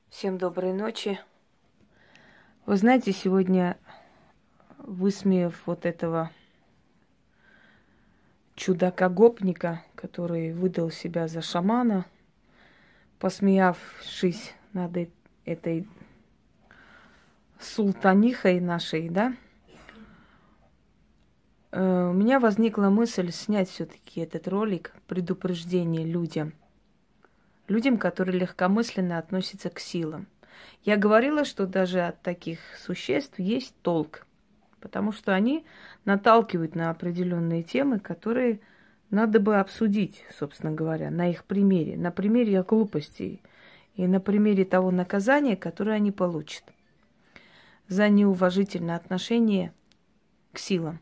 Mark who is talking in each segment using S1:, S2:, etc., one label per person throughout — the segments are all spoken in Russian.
S1: Всем доброй ночи. Вы знаете, сегодня, высмеяв вот этого чудака-гопника, который выдал себя за шамана, посмеявшись над этой султанихой нашей, да, у меня возникла мысль снять все-таки этот ролик предупреждение людям, которые легкомысленно относятся к силам. Я говорила, что даже от таких существ есть толк, потому что они наталкивают на определенные темы, которые надо бы обсудить, собственно говоря, на их примере, на примере их глупостей и на примере того наказания, которое они получат за неуважительное отношение к силам.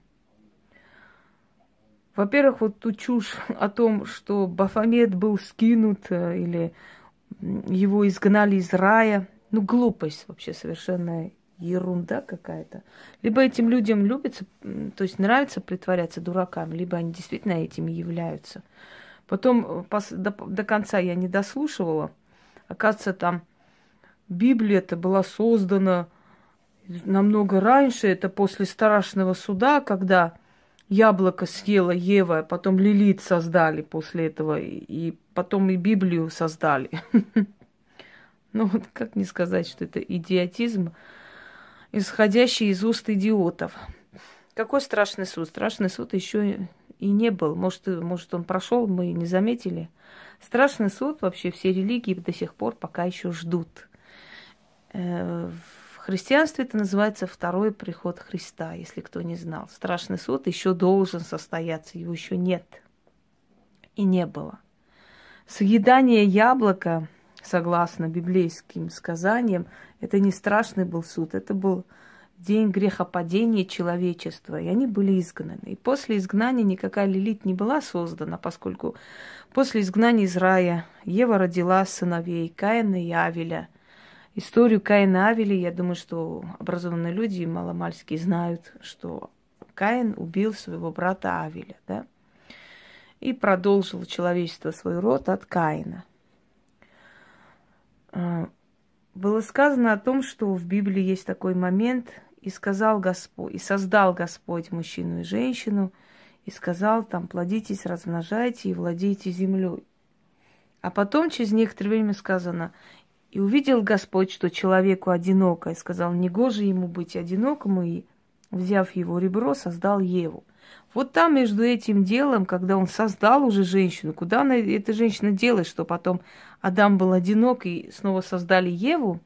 S1: Во-первых, вот ту чушь о том, что Бафомет был скинут или его изгнали из рая. Ну, глупость вообще, совершенно ерунда какая-то. Либо этим людям любится, то есть нравится притворяться дураками, либо они действительно этими являются. Потом до конца я не дослушивала. Оказывается, там Библия-то была создана намного раньше. Это после страшного суда, когда яблоко съела Ева, потом Лилит создали после этого, и потом и Библию создали. Ну вот как не сказать, что это идиотизм, исходящий из уст идиотов. Какой страшный суд? Страшный суд еще и не был. Может, он прошел, мы не заметили. Страшный суд вообще все религии до сих пор пока еще ждут. В христианстве это называется второй приход Христа, если кто не знал. Страшный суд еще должен состояться, его еще нет и не было. Съедание яблока, согласно библейским сказаниям, это не страшный был суд, это был день грехопадения человечества, и они были изгнаны. И после изгнания никакая Лилит не была создана, поскольку после изгнания из рая Ева родила сыновей Каина и Авеля. Историю Каина и Авеля, я думаю, что образованные люди маломальски знают, что Каин убил своего брата Авеля, да, и продолжил человечество свой род от Каина. Было сказано о том, что в Библии есть такой момент, и сказал Господь, и создал Господь мужчину и женщину, и сказал там: плодитесь, размножайте и владейте землей. А потом через некоторое время сказано: и увидел Господь, что человеку одиноко, и сказал: негоже ему быть одинокому, и, взяв его ребро, создал Еву. Вот там между этим делом, когда он создал уже женщину, куда эта женщина делает, что потом Адам был одинок и снова создали Еву,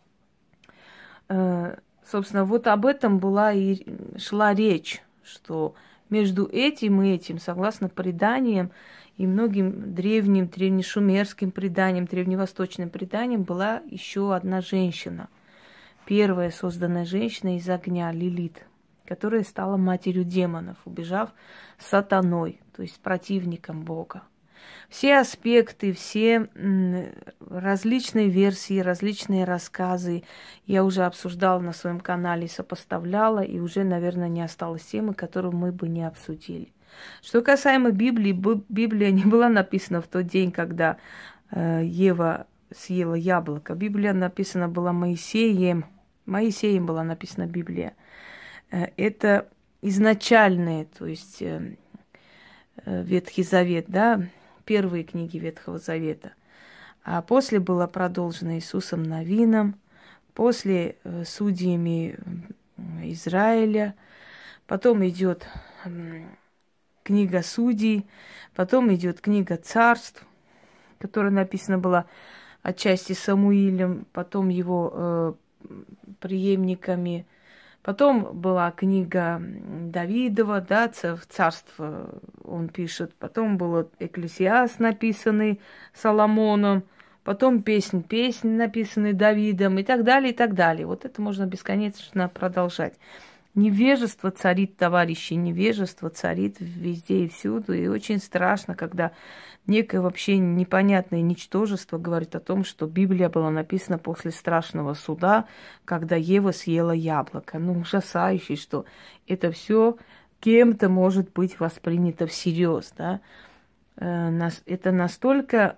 S1: собственно, вот об этом шла речь, что между этим и этим, согласно преданиям и многим древнешумерским преданиям, древневосточным преданиям, была еще одна женщина. Первая созданная женщина из огня, Лилит, которая стала матерью демонов, убежав с сатаной, то есть противником Бога. Все аспекты, все различные версии, различные рассказы я уже обсуждала на своем канале, сопоставляла, и уже, наверное, не осталось темы, которую мы бы не обсудили. Что касаемо Библии, Библия не была написана в тот день, когда Ева съела яблоко. Библия написана была Моисеем. Моисеем была написана Библия. Это изначальные, то есть Ветхий Завет, да, первые книги Ветхого Завета. А после было продолжено Иисусом Навином, после судьями Израиля, потом идет книга Судей, потом идет книга Царств, которая написана была отчасти Самуилем, потом его преемниками. Потом была книга Давидова, да, царство он пишет. Потом был Экклесиаст, написанный Соломоном. Потом песнь написанный Давидом и так далее, и так далее. Вот это можно бесконечно продолжать. Невежество царит, товарищи, невежество царит везде и всюду. И очень страшно, когда некое вообще непонятное ничтожество говорит о том, что Библия была написана после страшного суда, когда Ева съела яблоко. Ну, ужасающе, что это все кем-то может быть воспринято всерьез, да. Это настолько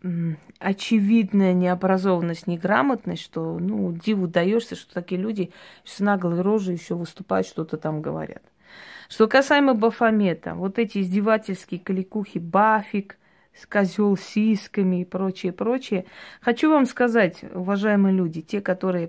S1: очевидная необразованность, неграмотность, что, ну, диву даешься, что такие люди с наглой рожей еще выступают, что-то там говорят. Что касаемо Бафомета, вот эти издевательские кликухи, Бафик, козел с сиськами и прочее, прочее. Хочу вам сказать, уважаемые люди, те, которые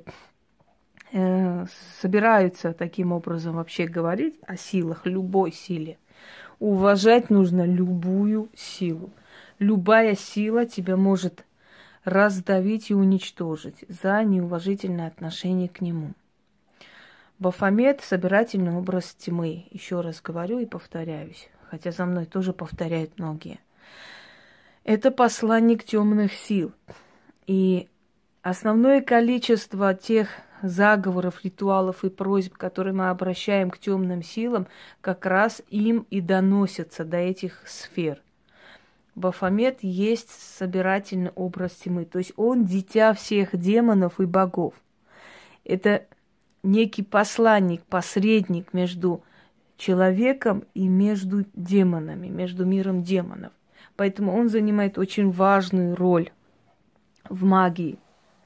S1: собираются таким образом вообще говорить о силах, любой силе. Уважать нужно любую силу. Любая сила тебя может раздавить и уничтожить за неуважительное отношение к нему. Бафомет – собирательный образ тьмы. Еще раз говорю и повторяюсь, хотя за мной тоже повторяют многие. Это посланник темных сил. И основное количество тех заговоров, ритуалов и просьб, которые мы обращаем к темным силам, как раз им и доносятся до этих сфер. Бафомет есть собирательный образ тьмы, то есть он дитя всех демонов и богов. Это некий посланник, посредник между человеком и между демонами, между миром демонов. Поэтому он занимает очень важную роль в магии.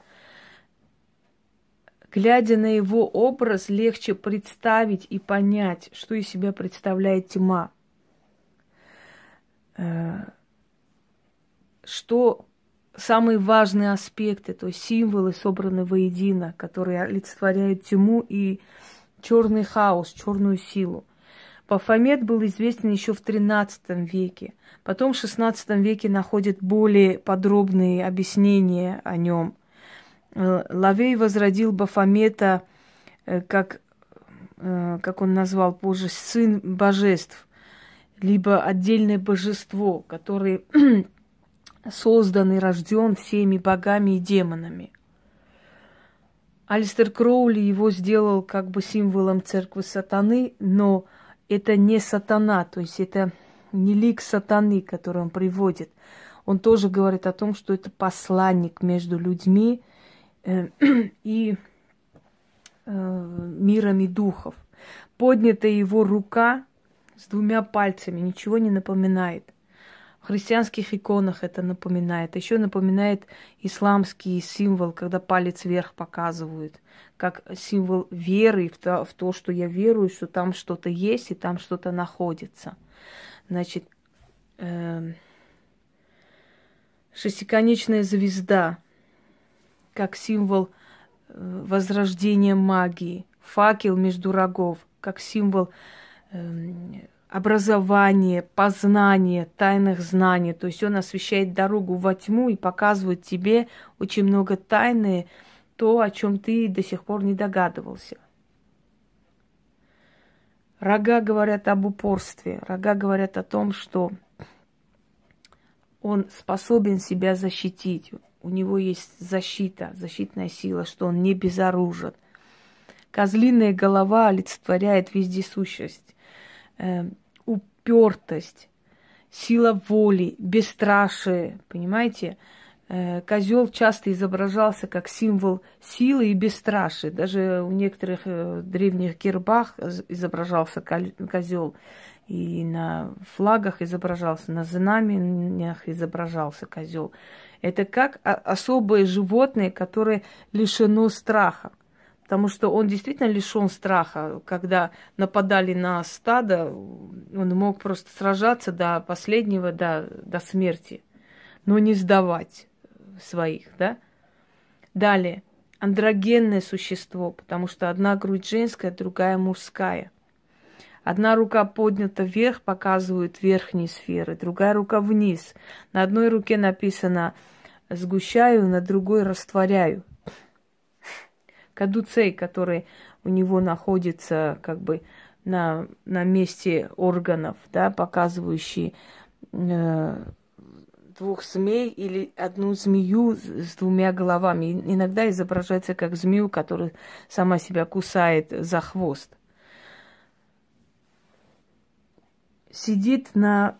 S1: Глядя на его образ, легче представить и понять, что из себя представляет тьма. Что самые важные аспекты, то есть символы, собраны воедино, которые олицетворяют тьму и черный хаос, черную силу. Бафомет был известен еще в XIII веке. Потом в XVI веке находят более подробные объяснения о нем. Лавей возродил Бафомета, как он назвал позже, сын божеств, либо отдельное божество, который создан и рожден всеми богами и демонами. Алистер Кроули его сделал как бы символом церкви сатаны, но это не сатана, то есть это не лик сатаны, который он приводит. Он тоже говорит о том, что это посланник между людьми и мирами духов. Поднятая его рука с двумя пальцами ничего не напоминает. В христианских иконах это напоминает. Еще напоминает исламский символ, когда палец вверх показывают, как символ веры в то, что я верую, что там что-то есть и там что-то находится. Значит, шестиконечная звезда, как символ возрождения магии, факел между рогов, как символ образования, познания, тайных знаний. То есть он освещает дорогу во тьму и показывает тебе очень много тайны, то, о чем ты до сих пор не догадывался. Рога говорят об упорстве, рога говорят о том, что он способен себя защитить. У него есть защита, защитная сила, что он не безоружен. Козлиная голова олицетворяет вездесущесть, упертость, сила воли, бесстрашие, понимаете? Козел часто изображался как символ силы и бесстрашия. Даже у некоторых древних гербах изображался козел. И на флагах изображался, на знамениях изображался козел. Это как особое животное, которое лишено страха. Потому что он действительно лишен страха. Когда нападали на стадо, он мог просто сражаться до последнего, до смерти, но не сдавать своих, да? Далее, андрогенное существо, потому что одна грудь женская, другая мужская. Одна рука поднята вверх, показывает верхние сферы, другая рука вниз. На одной руке написано «сгущаю», на другой «растворяю». Кадуцей, который у него находится как бы на месте органов, да, показывающий двух змей или одну змею с двумя головами. Иногда изображается как змею, которая сама себя кусает за хвост. Сидит то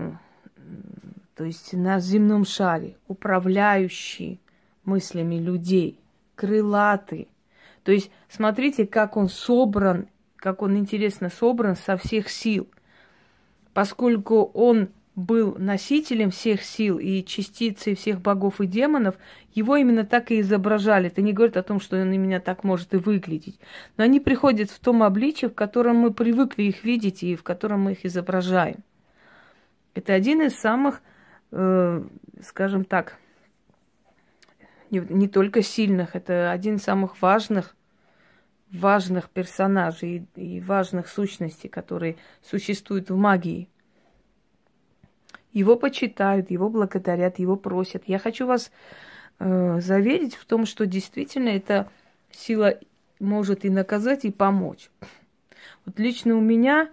S1: есть на земном шаре, управляющий мыслями людей, крылатый. То есть смотрите, как он собран, как он интересно собран со всех сил. Поскольку он был носителем всех сил и частицей всех богов и демонов, его именно так и изображали. Это не говорит о том, что он именно так может и выглядеть. Но они приходят в том обличии, в котором мы привыкли их видеть и в котором мы их изображаем. Это один из самых, скажем так, не только сильных, это один из самых важных персонажей и важных сущностей, которые существуют в магии. Его почитают, его благодарят, его просят. Я хочу вас заверить в том, что действительно эта сила может и наказать, и помочь. Вот лично у меня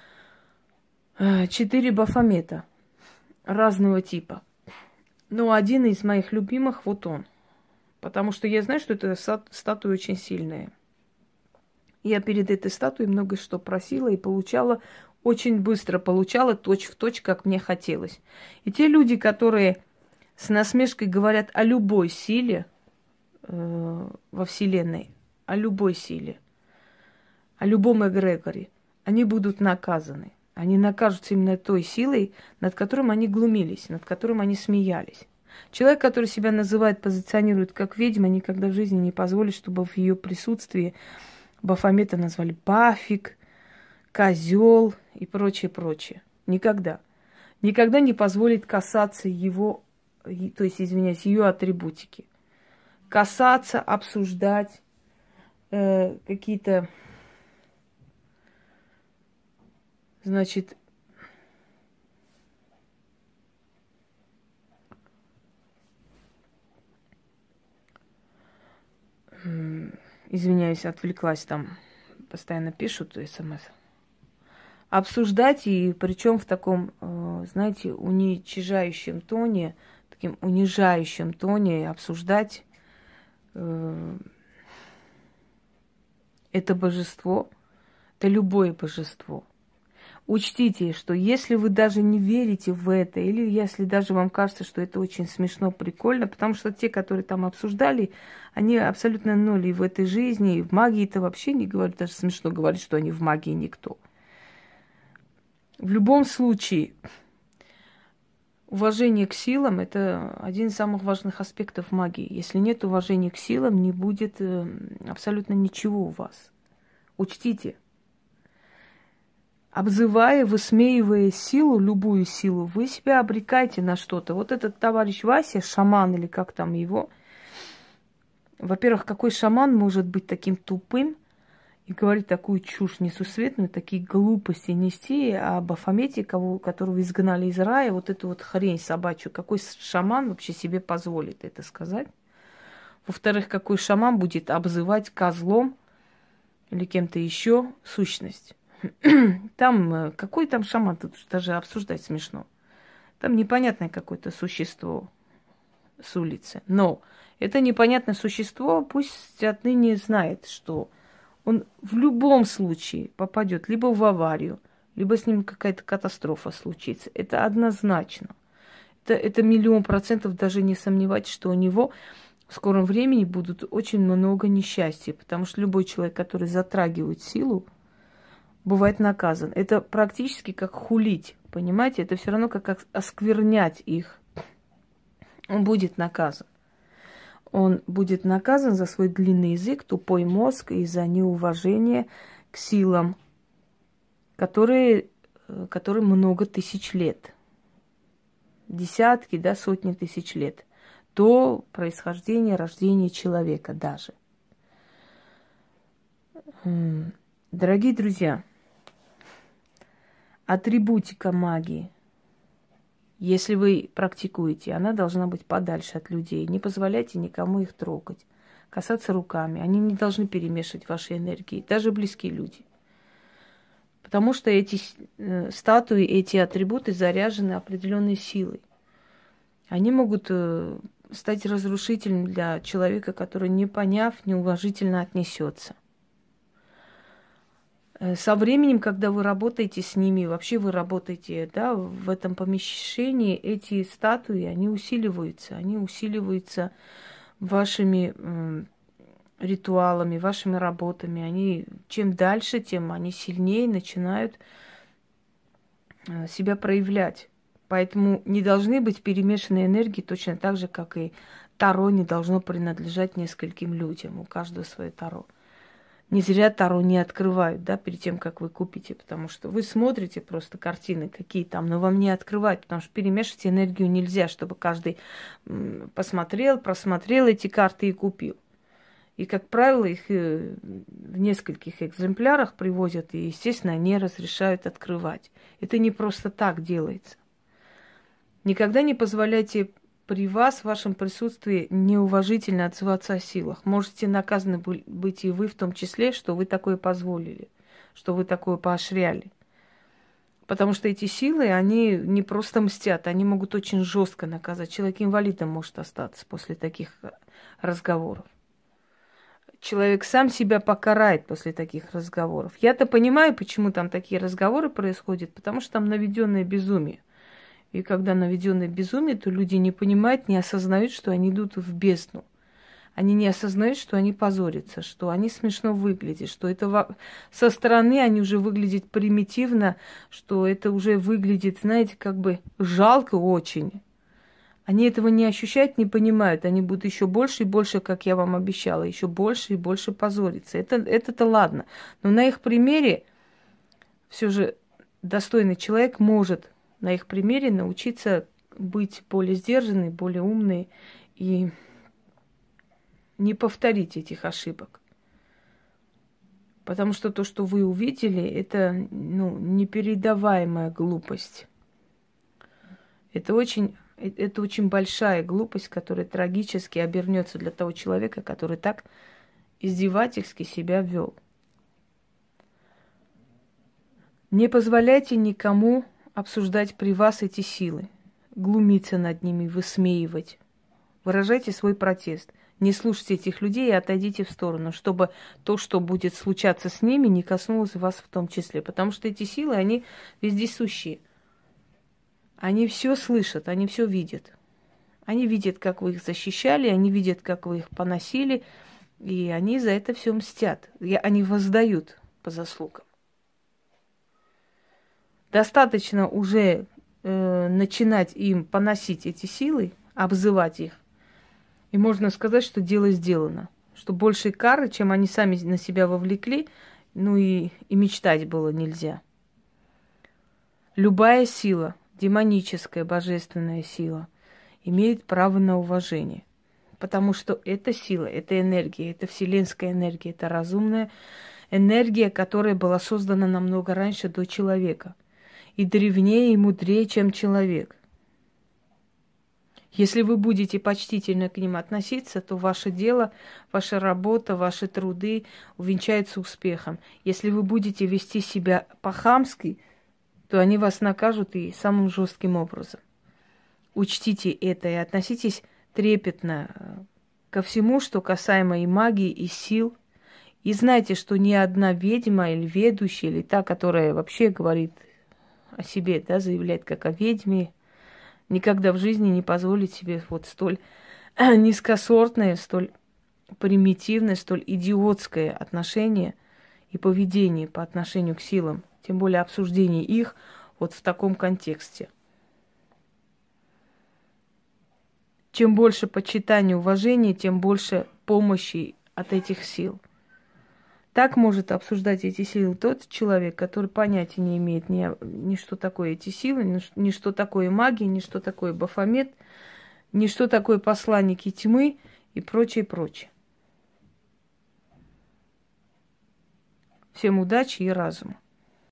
S1: 4 Бафомета разного типа. Но один из моих любимых вот он. Потому что я знаю, что эта статуя очень сильная. Я перед этой статуей много что просила и получала, очень быстро получала, точь-в-точь, как мне хотелось. И те люди, которые с насмешкой говорят о любой силе во Вселенной, о любой силе, о любом эгрегоре, они будут наказаны. Они накажутся именно той силой, над которой они глумились, над которой они смеялись. Человек, который себя называет, позиционирует как ведьма, никогда в жизни не позволит, чтобы в ее присутствии Бафомета назвали Бафик, козел и прочее, прочее. Никогда. Никогда не позволит касаться его, то есть, извиняюсь, ее атрибутики. Касаться, обсуждать какие-то, значит, извиняюсь, отвлеклась, там постоянно пишут смс. Обсуждать, и причем в таком, знаете, уничижающем тоне, таким унижающем тоне обсуждать это божество, это любое божество. Учтите, что если вы даже не верите в это, или если даже вам кажется, что это очень смешно, прикольно, потому что те, которые там обсуждали, они абсолютно нули в этой жизни, и в магии-то вообще не говорят, даже смешно говорить, что они в магии никто. В любом случае, уважение к силам – это один из самых важных аспектов магии. Если нет уважения к силам, не будет абсолютно ничего у вас. Учтите. Обзывая, высмеивая силу, любую силу, вы себя обрекаете на что-то. Вот этот товарищ Вася, шаман или как там его, во-первых, какой шаман может быть таким тупым и говорить такую чушь несусветную, такие глупости нести о Бафомете, которого изгнали из рая, вот эту вот хрень собачью. Какой шаман вообще себе позволит это сказать? Во-вторых, какой шаман будет обзывать козлом или кем-то еще сущность? Там, какой там шаман, тут даже обсуждать смешно. Там непонятное какое-то существо с улицы. Но это непонятное существо пусть отныне знает, что он в любом случае попадет либо в аварию, либо с ним какая-то катастрофа случится. Это однозначно. Это 1000000%, даже не сомневайтесь, что у него в скором времени будут очень много несчастья, потому что любой человек, который затрагивает силу, бывает наказан. Это практически как хулить, понимаете? Это все равно как осквернять их. Он будет наказан. Он будет наказан за свой длинный язык, тупой мозг и за неуважение к силам, которые много тысяч лет. Десятки, да, сотни тысяч лет. До происхождения, рождения человека даже. Дорогие друзья, атрибутика магии, если вы практикуете, она должна быть подальше от людей. Не позволяйте никому их трогать, касаться руками. Они не должны перемешивать ваши энергии, даже близкие люди. Потому что эти статуи, эти атрибуты заряжены определенной силой. Они могут стать разрушительным для человека, который, не поняв, неуважительно отнесется. Со временем, когда вы работаете с ними, вообще вы работаете, да, в этом помещении, эти статуи, они усиливаются вашими ритуалами, вашими работами. Они чем дальше, тем они сильнее начинают себя проявлять. Поэтому не должны быть перемешанные энергии точно так же, как и Таро не должно принадлежать нескольким людям. У каждого свое Таро. Не зря Таро не открывают, да, перед тем, как вы купите, потому что вы смотрите просто картины, какие там, но вам не открывают, потому что перемешивать энергию нельзя, чтобы каждый посмотрел, просмотрел эти карты и купил. И, как правило, их в нескольких экземплярах привозят, и, естественно, не разрешают открывать. Это не просто так делается. Никогда не позволяйте при вас, в вашем присутствии, неуважительно отзываться о силах. Можете наказаны быть и вы в том числе, что вы такое позволили, что вы такое поощряли. Потому что эти силы, они не просто мстят, они могут очень жестко наказать. Человек инвалидом может остаться после таких разговоров. Человек сам себя покарает после таких разговоров. Я-то понимаю, почему там такие разговоры происходят, потому что там наведенное безумие. И когда наведенное безумие, то люди не понимают, не осознают, что они идут в бездну. Они не осознают, что они позорятся, что они смешно выглядят, что это со стороны они уже выглядят примитивно, что это уже выглядит, знаете, как бы жалко очень. Они этого не ощущают, не понимают. Они будут еще больше и больше, как я вам обещала, еще больше и больше позориться. Это-то ладно. Но на их примере все же достойный человек может на их примере научиться быть более сдержанной, более умной и не повторить этих ошибок. Потому что то, что вы увидели, это непередаваемая глупость. Это очень большая глупость, которая трагически обернется для того человека, который так издевательски себя вел. Не позволяйте никому обсуждать при вас эти силы, глумиться над ними, высмеивать. Выражайте свой протест. Не слушайте этих людей и отойдите в сторону, чтобы то, что будет случаться с ними, не коснулось вас в том числе. Потому что эти силы, они вездесущие. Они все слышат, они все видят. Они видят, как вы их защищали, они видят, как вы их поносили, и они за это все мстят. Они воздают по заслугам. Достаточно уже начинать им поносить эти силы, обзывать их. И можно сказать, что дело сделано. Что больше кары, чем они сами на себя вовлекли, и мечтать было нельзя. Любая сила, демоническая, божественная сила, имеет право на уважение. Потому что эта сила, это энергия, это вселенская энергия, это разумная энергия, которая была создана намного раньше до человека. И древнее, и мудрее, чем человек. Если вы будете почтительно к ним относиться, то ваше дело, ваша работа, ваши труды увенчаются успехом. Если вы будете вести себя по-хамски, то они вас накажут и самым жестким образом. Учтите это и относитесь трепетно ко всему, что касаемо и магии, и сил. И знайте, что ни одна ведьма или ведущая, или та, которая вообще говорит о себе, да, заявляет как о ведьме, никогда в жизни не позволит себе вот столь низкосортное, столь примитивное, столь идиотское отношение и поведение по отношению к силам, тем более обсуждение их вот в таком контексте. Чем больше почитания, уважения, тем больше помощи от этих сил. Так может обсуждать эти силы тот человек, который понятия не имеет ни что такое эти силы, ни что такое магия, ни что такое Бафомет, ни что такое посланники тьмы и прочее, прочее. Всем удачи и разума.